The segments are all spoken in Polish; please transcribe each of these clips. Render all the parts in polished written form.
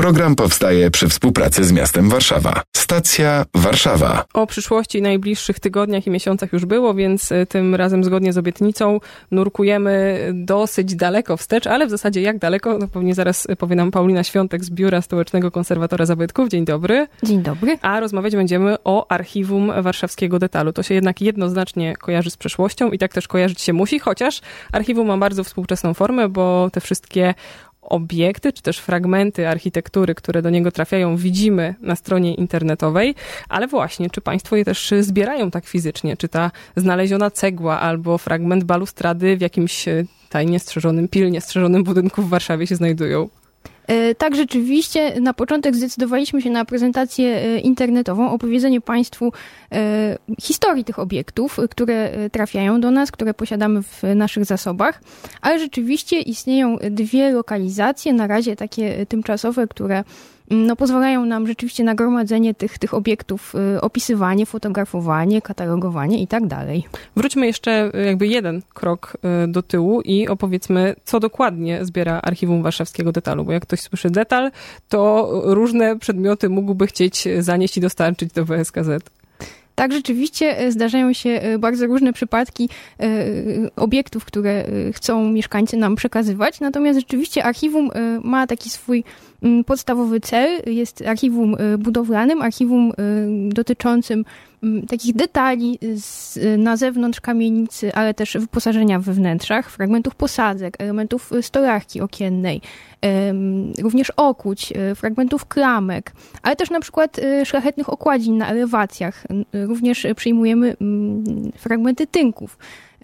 Program powstaje przy współpracy z miastem Warszawa. Stacja Warszawa. O przyszłości najbliższych tygodniach i miesiącach już było, więc tym razem zgodnie z obietnicą nurkujemy dosyć daleko wstecz, ale w zasadzie jak daleko, no pewnie zaraz powie nam Paulina Świątek z Biura Stołecznego Konserwatora Zabytków. Dzień dobry. Dzień dobry. A rozmawiać będziemy o archiwum warszawskiego Detalu. To się jednak jednoznacznie kojarzy z przeszłością i tak też kojarzyć się musi, chociaż archiwum ma bardzo współczesną formę, bo te wszystkie obiekty, czy też fragmenty architektury, które do niego trafiają, widzimy na stronie internetowej, ale właśnie, czy państwo je też zbierają tak fizycznie? Czy ta znaleziona cegła albo fragment balustrady w jakimś tajnie strzeżonym, pilnie strzeżonym budynku w Warszawie się znajdują? Tak, rzeczywiście na początek zdecydowaliśmy się na prezentację internetową, opowiedzenie Państwu historii tych obiektów, które trafiają do nas, które posiadamy w naszych zasobach, ale rzeczywiście istnieją dwie lokalizacje, na razie takie tymczasowe, które pozwalają nam rzeczywiście na gromadzenie tych obiektów, opisywanie, fotografowanie, katalogowanie i tak dalej. Wróćmy jeszcze jakby jeden krok do tyłu i opowiedzmy, co dokładnie zbiera Archiwum Warszawskiego Detalu, bo jak ktoś słyszy detal, to różne przedmioty mógłby chcieć zanieść i dostarczyć do WSKZ. Tak, rzeczywiście zdarzają się bardzo różne przypadki obiektów, które chcą mieszkańcy nam przekazywać. Natomiast rzeczywiście archiwum ma taki swój podstawowy cel. Jest archiwum budowlanym, archiwum dotyczącym takich detali na zewnątrz kamienicy, ale też wyposażenia we wnętrzach, fragmentów posadzek, elementów stolarki okiennej, również okuć, fragmentów klamek, ale też na przykład szlachetnych okładzin na elewacjach. Również przyjmujemy fragmenty tynków.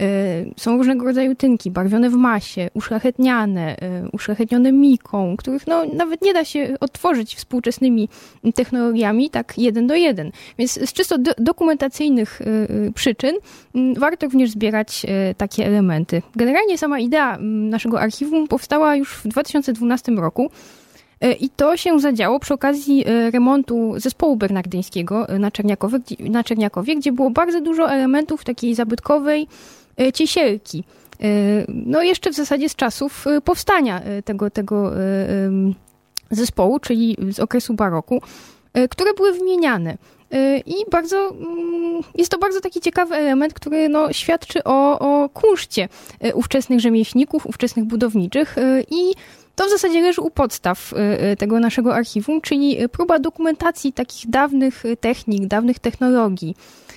Są różnego rodzaju tynki, barwione w masie, uszlachetniane, uszlachetnione miką, których nawet nie da się odtworzyć współczesnymi technologiami tak 1:1. Więc z czysto dokumentacyjnych przyczyn warto również zbierać takie elementy. Generalnie sama idea naszego archiwum powstała już w 2012 roku. I to się zadziało przy okazji remontu zespołu bernardyńskiego na Czerniakowie, gdzie było bardzo dużo elementów takiej zabytkowej ciesielki. Jeszcze w zasadzie z czasów powstania tego zespołu, czyli z okresu baroku, które były wymieniane. I jest to bardzo taki ciekawy element, który świadczy o kunszcie ówczesnych rzemieślników, ówczesnych budowniczych i to w zasadzie leży u podstaw tego naszego archiwum, czyli próba dokumentacji takich dawnych technik, dawnych technologii.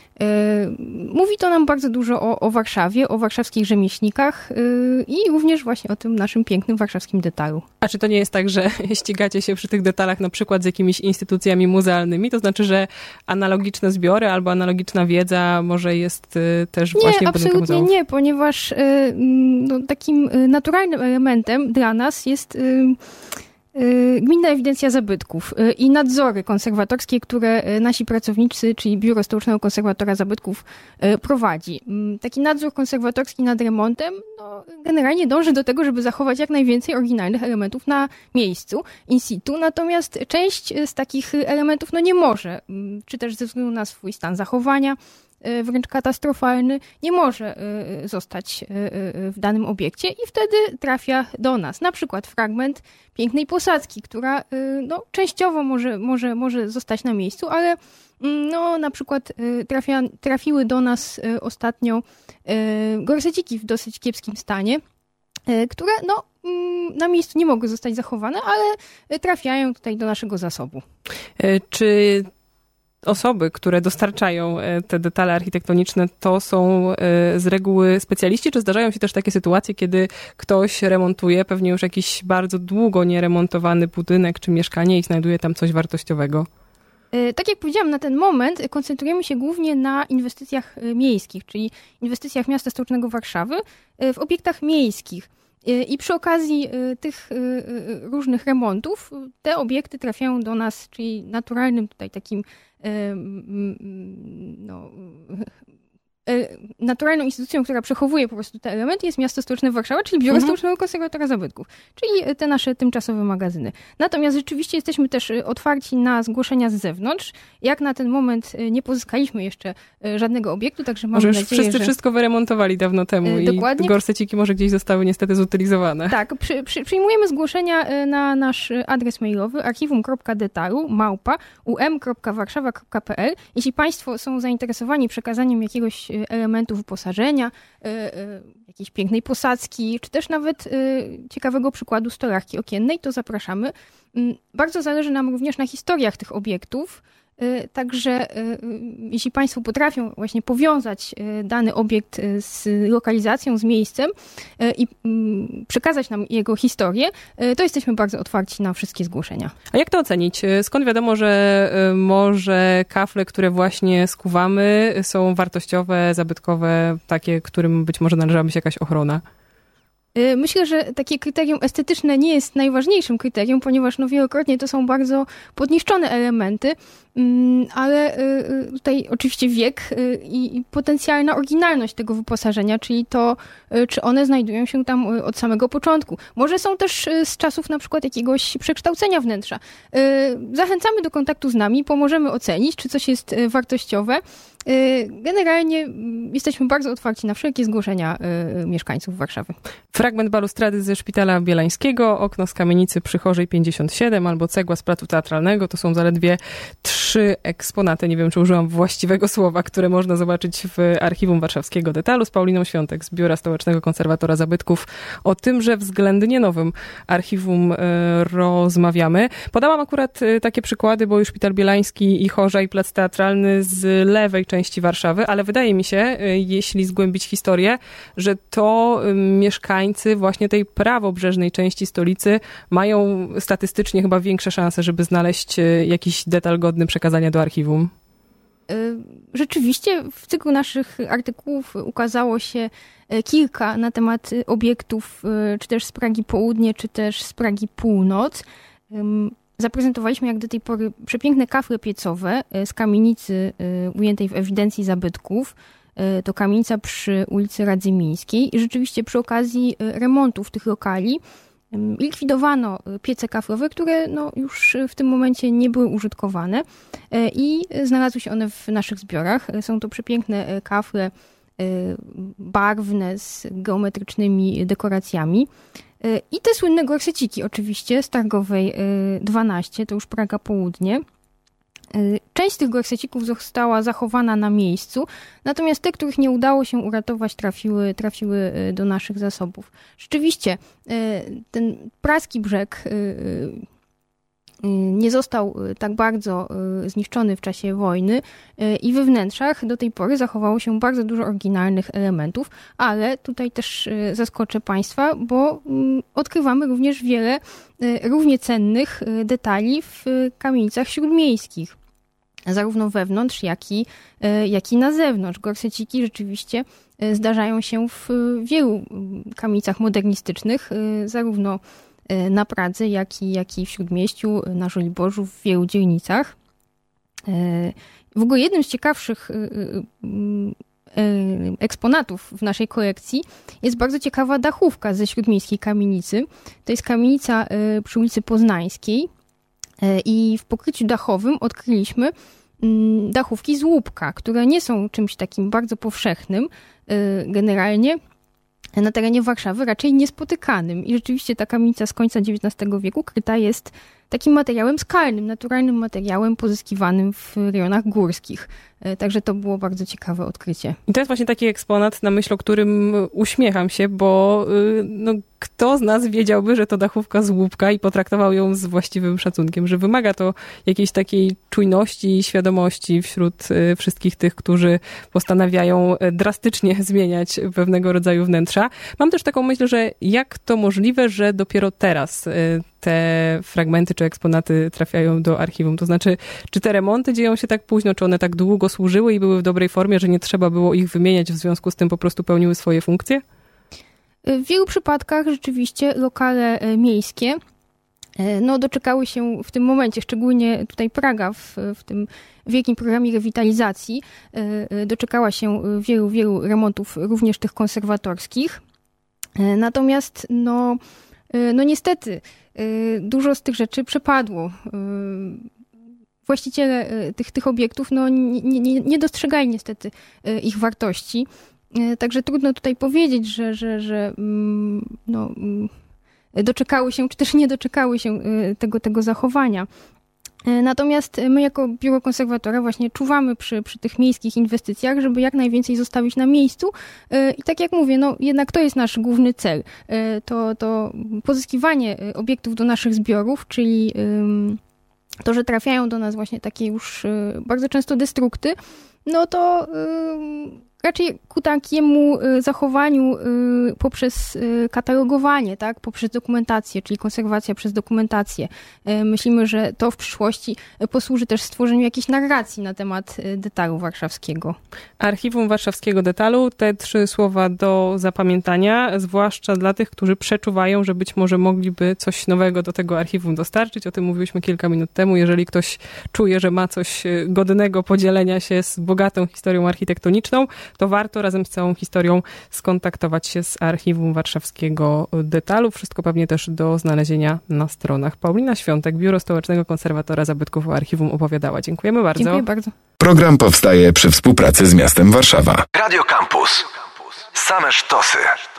Mówi to nam bardzo dużo o Warszawie, o warszawskich rzemieślnikach i również właśnie o tym naszym pięknym warszawskim detalu. A czy to nie jest tak, że ścigacie się przy tych detalach na przykład z jakimiś instytucjami muzealnymi? To znaczy, że analogiczne zbiory albo analogiczna wiedza może jest też właśnie w budynkach muzeów? Nie, absolutnie nie, ponieważ takim naturalnym elementem dla nas jest Gminna Ewidencja Zabytków i nadzory konserwatorskie, które nasi pracownicy, czyli Biuro Stołecznego Konserwatora Zabytków prowadzi. Taki nadzór konserwatorski nad remontem generalnie dąży do tego, żeby zachować jak najwięcej oryginalnych elementów na miejscu, in situ, natomiast część z takich elementów nie może, czy też ze względu na swój stan zachowania, wręcz katastrofalny, nie może zostać w danym obiekcie i wtedy trafia do nas. Na przykład fragment pięknej posadzki, która częściowo może zostać na miejscu, ale na przykład trafiły do nas ostatnio gorseciki w dosyć kiepskim stanie, które na miejscu nie mogły zostać zachowane, ale trafiają tutaj do naszego zasobu. Czy osoby, które dostarczają te detale architektoniczne, to są z reguły specjaliści, czy zdarzają się też takie sytuacje, kiedy ktoś remontuje pewnie już jakiś bardzo długo nieremontowany budynek czy mieszkanie i znajduje tam coś wartościowego? Tak jak powiedziałam, na ten moment koncentrujemy się głównie na inwestycjach miejskich, czyli inwestycjach miasta stołecznego Warszawy w obiektach miejskich. I przy okazji tych różnych remontów te obiekty trafiają do nas, czyli naturalnym tutaj takim naturalną instytucją, która przechowuje po prostu te elementy, jest Miasto Stołeczne Warszawa, czyli Biuro Stołecznego Konserwatora Zabytków, czyli te nasze tymczasowe magazyny. Natomiast rzeczywiście jesteśmy też otwarci na zgłoszenia z zewnątrz. Jak na ten moment nie pozyskaliśmy jeszcze żadnego obiektu, także mamy nadzieję, wszyscy wszystko wyremontowali dawno temu dokładnie. I gorseciki może gdzieś zostały niestety zutylizowane. Tak, przyjmujemy zgłoszenia na nasz adres mailowy archiwum.detalu@um.warszawa.pl. Jeśli Państwo są zainteresowani przekazaniem jakiegoś elementu wyposażenia, jakiejś pięknej posadzki, czy też nawet ciekawego przykładu stolarki okiennej, to zapraszamy. Bardzo zależy nam również na historiach tych obiektów, także jeśli Państwo potrafią właśnie powiązać dany obiekt z lokalizacją, z miejscem i przekazać nam jego historię, to jesteśmy bardzo otwarci na wszystkie zgłoszenia. A jak to ocenić? Skąd wiadomo, że może kafle, które właśnie skuwamy, są wartościowe, zabytkowe, takie, którym być może należałaby się jakaś ochrona? Myślę, że takie kryterium estetyczne nie jest najważniejszym kryterium, ponieważ wielokrotnie to są bardzo podniszczone elementy, ale tutaj oczywiście wiek i potencjalna oryginalność tego wyposażenia, czyli to, czy one znajdują się tam od samego początku. Może są też z czasów na przykład jakiegoś przekształcenia wnętrza. Zachęcamy do kontaktu z nami, pomożemy ocenić, czy coś jest wartościowe. Generalnie jesteśmy bardzo otwarci na wszelkie zgłoszenia mieszkańców Warszawy. Fragment balustrady ze Szpitala Bielańskiego, okno z kamienicy Przychorzej 57 albo cegła z Placu Teatralnego. To są zaledwie 3 eksponaty, nie wiem, czy użyłam właściwego słowa, które można zobaczyć w Archiwum Warszawskiego Detalu. Z Pauliną Świątek z Biura Stołecznego Konserwatora Zabytków o tymże względnie nowym archiwum rozmawiamy. Podałam akurat takie przykłady, bo już Szpital Bielański i Chorzej, Plac Teatralny z lewej części Warszawy, ale wydaje mi się, jeśli zgłębić historię, że to mieszkańcy właśnie tej prawobrzeżnej części stolicy mają statystycznie chyba większe szanse, żeby znaleźć jakiś detal godny przekazania do archiwum. Rzeczywiście w cyklu naszych artykułów ukazało się kilka na temat obiektów, czy też z Pragi Południe, czy też z Pragi Północ. Zaprezentowaliśmy jak do tej pory przepiękne kafle piecowe z kamienicy ujętej w ewidencji zabytków. To kamienica przy ulicy Radzymińskiej. I rzeczywiście przy okazji remontów tych lokali likwidowano piece kaflowe, które już w tym momencie nie były użytkowane i znalazły się one w naszych zbiorach. Są to przepiękne kafle barwne z geometrycznymi dekoracjami. I te słynne gorseciki oczywiście z Targowej 12, to już Praga Południe. Część z tych gorsecików została zachowana na miejscu, natomiast te, których nie udało się uratować, trafiły do naszych zasobów. Rzeczywiście ten praski brzeg nie został tak bardzo zniszczony w czasie wojny i we wnętrzach do tej pory zachowało się bardzo dużo oryginalnych elementów, ale tutaj też zaskoczę Państwa, bo odkrywamy również wiele równie cennych detali w kamienicach śródmiejskich, zarówno wewnątrz, jak i na zewnątrz. Gorseciki rzeczywiście zdarzają się w wielu kamienicach modernistycznych, zarówno na Pradze, jak i w Śródmieściu, na Żoliborzu, w wielu dzielnicach. W ogóle jednym z ciekawszych eksponatów w naszej kolekcji jest bardzo ciekawa dachówka ze śródmiejskiej kamienicy. To jest kamienica przy ulicy Poznańskiej i w pokryciu dachowym odkryliśmy dachówki z łupka, które nie są czymś takim bardzo powszechnym generalnie na terenie Warszawy, raczej niespotykanym. I rzeczywiście ta kamienica z końca XIX wieku kryta jest takim materiałem skalnym, naturalnym materiałem pozyskiwanym w rejonach górskich. Także to było bardzo ciekawe odkrycie. I to jest właśnie taki eksponat, na myśl o którym uśmiecham się, bo kto z nas wiedziałby, że to dachówka z łupka i potraktował ją z właściwym szacunkiem, że wymaga to jakiejś takiej czujności i świadomości wśród wszystkich tych, którzy postanawiają drastycznie zmieniać pewnego rodzaju wnętrza. Mam też taką myśl, że jak to możliwe, że dopiero teraz te fragmenty czy eksponaty trafiają do archiwum? To znaczy, czy te remonty dzieją się tak późno, czy one tak długo służyły i były w dobrej formie, że nie trzeba było ich wymieniać, w związku z tym po prostu pełniły swoje funkcje? W wielu przypadkach rzeczywiście lokale miejskie doczekały się w tym momencie, szczególnie tutaj Praga w tym wielkim programie rewitalizacji, doczekała się wielu remontów, również tych konserwatorskich. Natomiast niestety dużo z tych rzeczy przepadło. Właściciele tych obiektów nie dostrzegali niestety ich wartości. Także trudno tutaj powiedzieć, że doczekały się, czy też nie doczekały się tego zachowania. Natomiast my jako Biuro Konserwatora właśnie czuwamy przy tych miejskich inwestycjach, żeby jak najwięcej zostawić na miejscu. I tak jak mówię, jednak to jest nasz główny cel. To pozyskiwanie obiektów do naszych zbiorów, czyli to, że trafiają do nas właśnie takie już bardzo często destrukty, to raczej ku takiemu zachowaniu poprzez katalogowanie, tak, poprzez dokumentację, czyli konserwacja przez dokumentację. Myślimy, że to w przyszłości posłuży też stworzeniu jakiejś narracji na temat detalu warszawskiego. Archiwum Warszawskiego Detalu, te 3 słowa do zapamiętania, zwłaszcza dla tych, którzy przeczuwają, że być może mogliby coś nowego do tego archiwum dostarczyć. O tym mówiliśmy kilka minut temu. Jeżeli ktoś czuje, że ma coś godnego podzielenia się z bogatą historią architektoniczną, to warto razem z całą historią skontaktować się z Archiwum Warszawskiego Detalu. Wszystko pewnie też do znalezienia na stronach. Paulina Świątek, Biuro Stołecznego Konserwatora Zabytków o Archiwum opowiadała. Dziękujemy bardzo. Dziękuję bardzo. Program powstaje przy współpracy z miastem Warszawa. Radio Campus. Same sztosy.